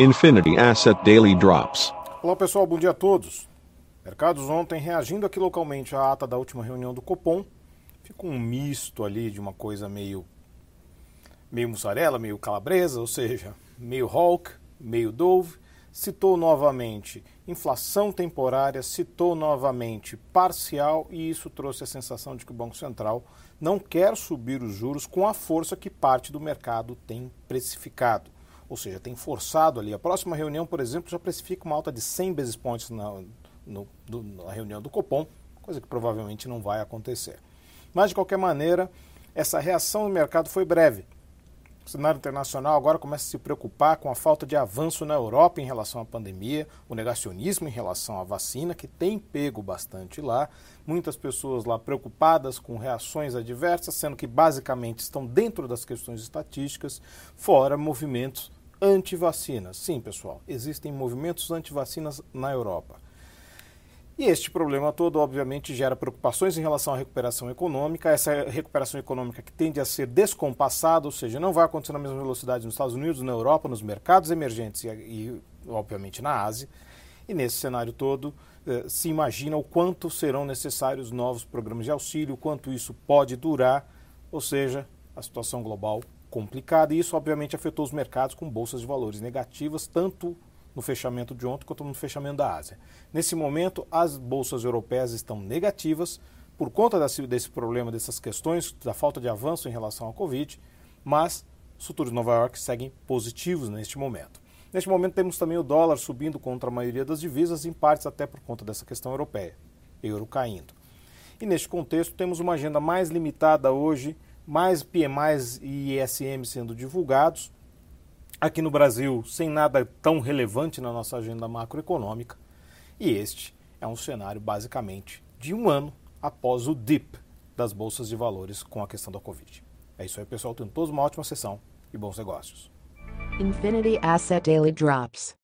Infinity Asset Daily Drops. Olá pessoal, bom dia a todos. Mercados ontem reagindo aqui localmente à ata da última reunião do Copom. Ficou um misto ali de uma coisa meio mussarela, meio calabresa, ou seja, meio Hulk, meio Dove. Citou novamente inflação temporária, citou novamente parcial e isso trouxe a sensação de que o Banco Central não quer subir os juros com a força que parte do mercado tem precificado. Ou seja, tem forçado ali. A próxima reunião, por exemplo, já precifica uma alta de 100 basis points na reunião do Copom, coisa que provavelmente não vai acontecer. Mas, de qualquer maneira, essa reação do mercado foi breve. O cenário internacional agora começa a se preocupar com a falta de avanço na Europa em relação à pandemia, o negacionismo em relação à vacina, que tem pego bastante lá. Muitas pessoas lá preocupadas com reações adversas, sendo que basicamente estão dentro das questões estatísticas, fora movimentos anti-vacinas. Sim, pessoal, existem movimentos anti-vacinas na Europa. E este problema todo, obviamente, gera preocupações em relação à recuperação econômica. Essa recuperação econômica que tende a ser descompassada, ou seja, não vai acontecer na mesma velocidade nos Estados Unidos, na Europa, nos mercados emergentes e obviamente, na Ásia. E nesse cenário todo, se imagina o quanto serão necessários novos programas de auxílio, o quanto isso pode durar, ou seja, a situação global complicada, e isso obviamente afetou os mercados com bolsas de valores negativas, tanto no fechamento de ontem quanto no fechamento da Ásia. Nesse momento, as bolsas europeias estão negativas por conta desse problema, dessas questões, da falta de avanço em relação ao Covid, mas os futuros de Nova York seguem positivos neste momento. Neste momento temos também o dólar subindo contra a maioria das divisas, em partes até por conta dessa questão europeia, euro caindo. E neste contexto temos uma agenda mais limitada hoje, mais PMIs e ISM sendo divulgados. Aqui no Brasil, sem nada tão relevante na nossa agenda macroeconômica. E este é um cenário, basicamente, de um ano após o dip das bolsas de valores com a questão da Covid. É isso aí, pessoal. Tenham todos uma ótima sessão e bons negócios. Infinity Asset Daily Drops.